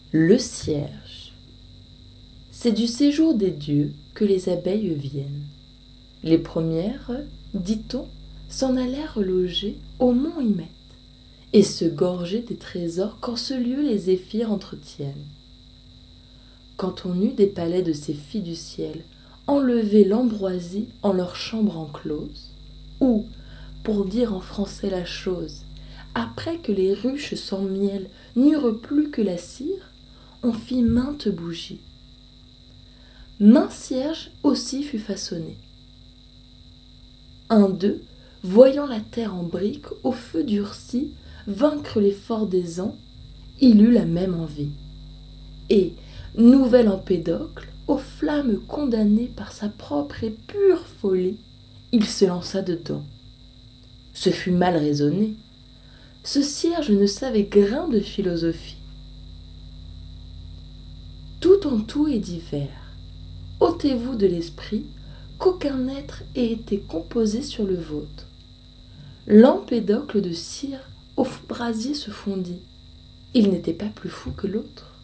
Le cierge. C'est du séjour des dieux que les abeilles viennent. Les premières, dit-on, s'en allèrent loger au mont Hymette, et se gorger des trésors qu'en ce lieu les zéphyrs entretiennent. Quand on eut des palais de ces filles du ciel enlevé l'ambroisie en leur chambre enclose, ou, pour dire en français la chose, après que les ruches sans miel n'eurent plus que la cire, on fit mainte bougie. Maint cierge aussi fut façonné. Un d'eux, voyant la terre en brique au feu durci vaincre l'effort des ans, il eut la même envie. Et, nouvel Empédocle, aux flammes condamné par sa propre et pure folie, il se lança dedans. Ce fut mal raisonné. Ce cierge ne savait grain de philosophie. Tout en tout est divers. Ôtez-vous de l'esprit qu'aucun être ait été composé sur le vôtre. L'Empédocle de cire au brasier se fondit. Il n'était pas plus fou que l'autre.